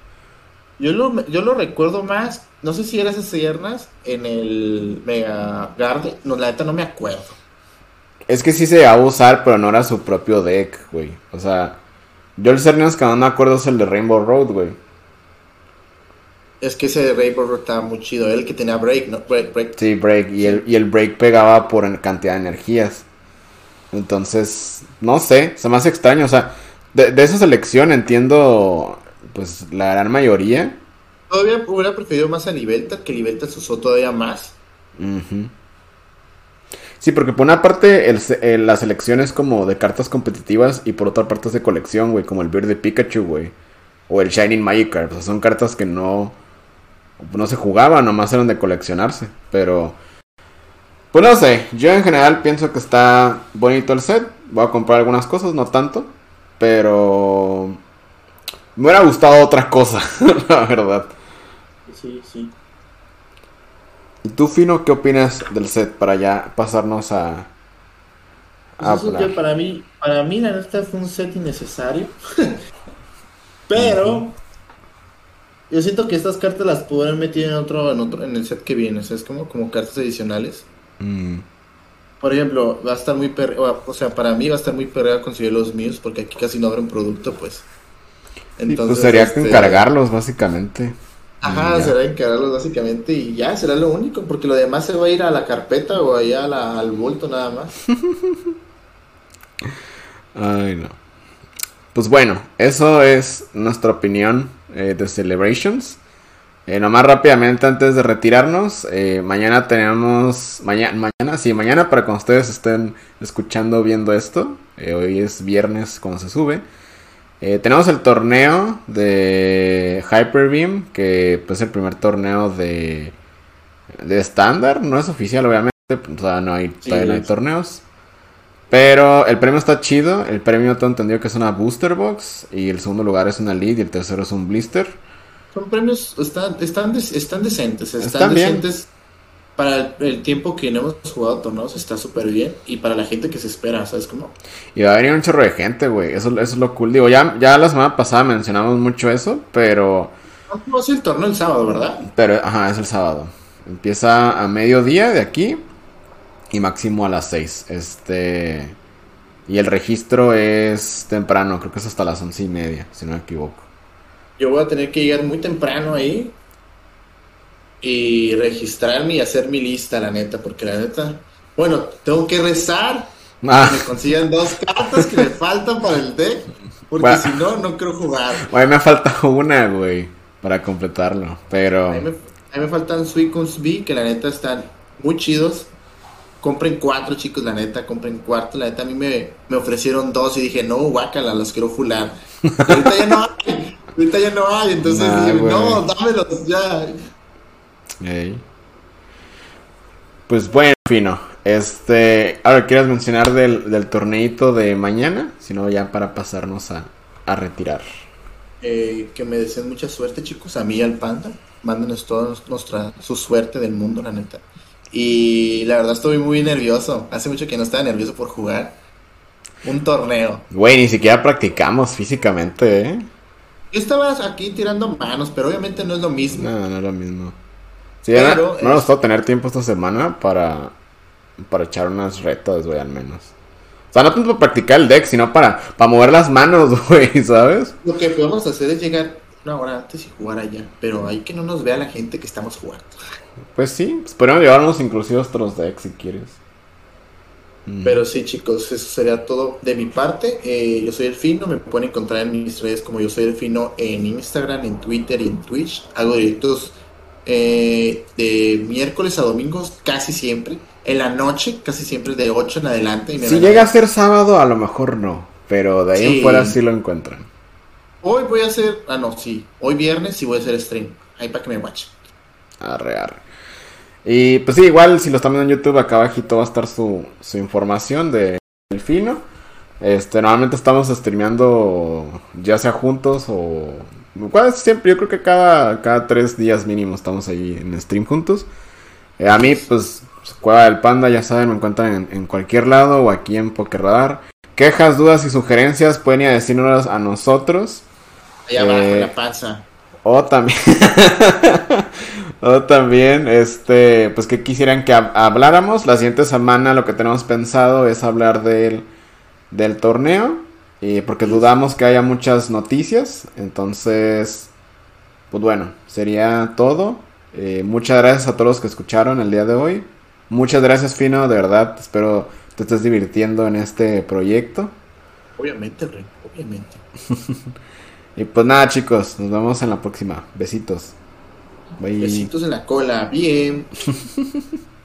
Yo lo recuerdo más, no sé si era ese Cernas en el Mega Garden, no, la neta no me acuerdo. Es que sí se iba a usar, pero no era su propio deck, güey. O sea, yo el Cernias que no me acuerdo es el de Rainbow Road, güey. Es que ese Rainbow Road estaba muy chido, el que tenía Break, ¿no? Break, Sí, break. sí. Y el break pegaba por cantidad de energías. Entonces, no sé, se me hace extraño. O sea, de esa selección entiendo, pues, la gran mayoría. Todavía hubiera preferido más a Libelta, que Libelta se usó todavía más. Ujú. Sí, porque por una parte la selección es como de cartas competitivas y por otra parte es de colección, güey. Como el Beard de Pikachu, güey. O el Shining Magikarp. O sea, son cartas que no se jugaban, nomás eran de coleccionarse. Pero, pues no sé. Yo en general pienso que está bonito el set. Voy a comprar algunas cosas, no tanto. Pero me hubiera gustado otra cosa, la verdad. Sí, sí. ¿Y tú, Fino, qué opinas del set para ya pasarnos Pues a eso hablar? ya para mí la neta fue un set innecesario, Ujú. pero Yo siento que estas cartas las puedo haber metido en el set que viene, o sea, es como cartas adicionales. Mm. Por ejemplo, va a estar muy o sea, para mí va a estar muy perreado conseguir los míos porque aquí casi no abren producto, pues. Sí, pues Entonces, sería que encargarlos, básicamente. Y ajá, ya. será encargarlos básicamente y ya, será lo único, porque lo demás se va a ir a la carpeta o allá al bulto nada más. Ay, no. Pues bueno, eso es nuestra opinión de Celebrations. Nomás rápidamente antes de retirarnos, mañana tenemos, mañana para cuando ustedes estén escuchando, viendo esto, hoy es viernes cuando se sube, tenemos el torneo de Hyper Beam, que pues, es el primer torneo de estándar, no es oficial obviamente, o sea, Sí, todavía no hay torneos. Pero el premio está chido. El premio tengo entendido que es una booster box. Y el segundo lugar es una lead. Y el tercero es un blister. son premios, están Están bien. decentes para el tiempo que no hemos jugado torneos, está súper bien y para la gente que se espera, ¿sabes cómo? Y va a venir un chorro de gente, güey. Eso es lo cool. Digo, ya la semana pasada mencionamos mucho eso. No es el torneo el sábado, ¿verdad? Pero, ajá, es el sábado. Empieza a mediodía de aquí. Y máximo a las 6. Y el registro es temprano. Creo que es hasta las 11:30. Si no me equivoco. Yo voy a tener que llegar muy temprano ahí y registrarme y hacer mi lista, la neta, porque la neta, bueno, tengo que rezar que Ah, me consigan dos cartas que me faltan para el deck, porque bueno, si no, no quiero jugar. hoy me falta una, güey. Para completarlo. A mí Pero... me, a mí me faltan Suicuns B, que la neta están muy chidos. Compren cuatro, chicos, la neta, compren cuatro. La neta, a mí me ofrecieron dos y dije, no, guácala, los quiero fular. Y ahorita ya no hay, entonces Nah, dije, güey. no, dámelos ya. Ey. Pues bueno, fino. Ahora, ¿quieres mencionar del torneito de mañana? Si no, ya para pasarnos a retirar. Que me deseen mucha suerte, chicos, a mí y al Panda. Mándenos toda su suerte del mundo, la neta. Y la verdad estoy muy nervioso. Hace mucho que no estaba nervioso por jugar un torneo. Güey, ni siquiera practicamos físicamente, ¿eh? Yo estaba aquí tirando manos, pero obviamente no es lo mismo. No, no es lo mismo. Sí, Pero no nos gustó tener tiempo esta semana para echar unas retas, güey, al menos. O sea, no tanto para practicar el deck, sino para mover las manos, güey, ¿sabes? lo que podemos hacer es llegar una hora antes y jugar allá. Pero hay que no nos vea la gente que estamos jugando. Pues sí, pues podríamos llevarnos inclusive otros decks si quieres. Pero sí, chicos, eso sería todo de mi parte. Yo soy el Fino, me pueden encontrar en mis redes como yo soy el Fino en Instagram, en Twitter y en Twitch. Hago directos de miércoles a domingos casi siempre. En la noche, casi siempre de 8 en adelante y me Si ven llega a ahí. ser sábado, a lo mejor no. Pero de ahí en fuera sí Sí, lo encuentran. hoy voy a hacer, no, sí, hoy viernes sí voy a hacer stream. Ahí para que me watch. Arre, arre. Y pues sí, igual si lo están viendo en YouTube, acá abajito va a estar su información de El Fino. Normalmente estamos streameando ya sea juntos o... Casi siempre, yo creo que cada 3 días mínimo estamos ahí en stream juntos. A mí, pues, Cueva del Panda, ya saben, me encuentran en cualquier lado o aquí en Pokerradar. Quejas, dudas y sugerencias pueden ir a decirnos a nosotros. Allá abajo en Eh, la panza. o también, pues que quisieran que habláramos. La siguiente semana lo que tenemos pensado es hablar del torneo. Porque dudamos que haya muchas noticias. Entonces, pues bueno, sería todo. Muchas gracias a todos los que escucharon el día de hoy. Muchas gracias, Fino, de verdad. Espero te estés divirtiendo en este proyecto. Obviamente, Rey, obviamente. Y pues nada, chicos, nos vemos en la próxima. Besitos. Bye. Besitos en la cola, bien.